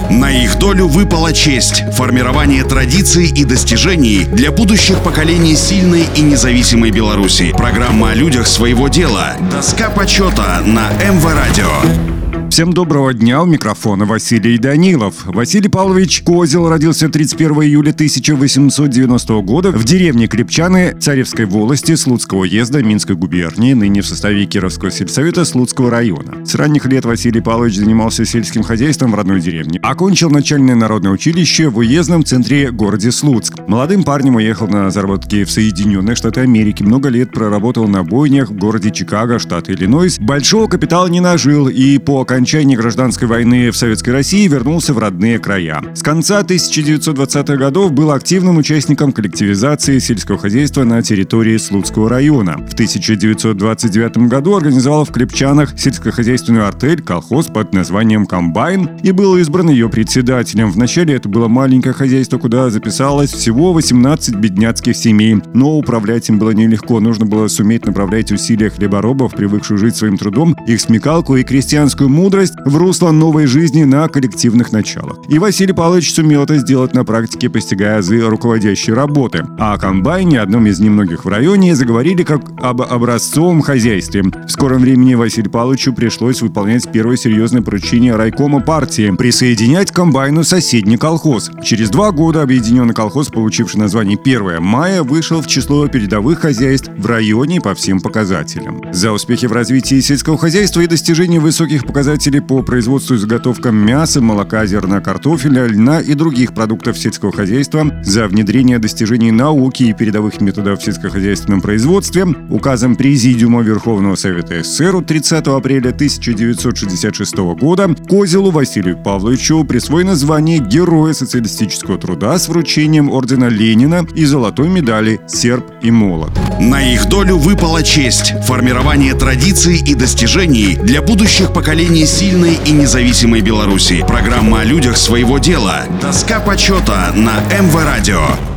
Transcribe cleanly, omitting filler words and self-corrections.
На их долю выпала честь – формирование традиций и достижений для будущих поколений сильной и независимой Беларуси. Программа о людях своего дела. Доска почета на МВ-радио. Всем доброго дня, у микрофона Василий Данилов. Василий Павлович Козел родился 31 июля 1890 года в деревне Клепчаны Царевской волости Слуцкого уезда Минской губернии, ныне в составе Кировского сельсовета Слуцкого района. С ранних лет Василий Павлович занимался сельским хозяйством в родной деревне. Окончил начальное народное училище в уездном центре городе Слуцк. Молодым парнем уехал на заработки в Соединенные Штаты Америки. Много лет проработал на бойнях в городе Чикаго, штат Иллинойс. Большого капитала не нажил и по окончании гражданской войны в Советской России вернулся в родные края. С конца 1920-х годов был активным участником коллективизации сельского хозяйства на территории Слуцкого района. В 1929 году организовал в Клепчанах сельскохозяйственную артель, колхоз под названием «Комбайн» и был избран ее председателем. Вначале это было маленькое хозяйство, куда записалось всего 18 бедняцких семей. Но управлять им было нелегко. Нужно было суметь направлять усилия хлеборобов, привыкших жить своим трудом, их смекалку и крестьянскую мудрость в русло новой жизни на коллективных началах. И Василий Павлович сумел это сделать на практике, постигая азы руководящей работы. А о комбайне, одном из немногих в районе, заговорили как об образцовом хозяйстве. В скором времени Василию Павловичу пришлось выполнять первое серьезное поручение райкома партии – присоединять к комбайну соседний колхоз. Через 2 года объединенный колхоз, получивший название «1 мая», вышел в число передовых хозяйств в районе по всем показателям. За успехи в развитии сельского хозяйства и достижение высоких показателей по производству и заготовкам мяса, молока, зерна, картофеля, льна и других продуктов сельского хозяйства, за внедрение достижений науки и передовых методов в сельскохозяйственном производстве, указом Президиума Верховного Совета СССР от 30 апреля 1966 года Козелу Василию Павловичу присвоено звание Героя социалистического труда с вручением ордена Ленина и золотой медали «Серп и молот». На их долю выпала честь – формирование традиций и достижений для будущих поколений сильной и независимой Беларуси. Программа о людях своего дела. Доска почета на МВ-радио.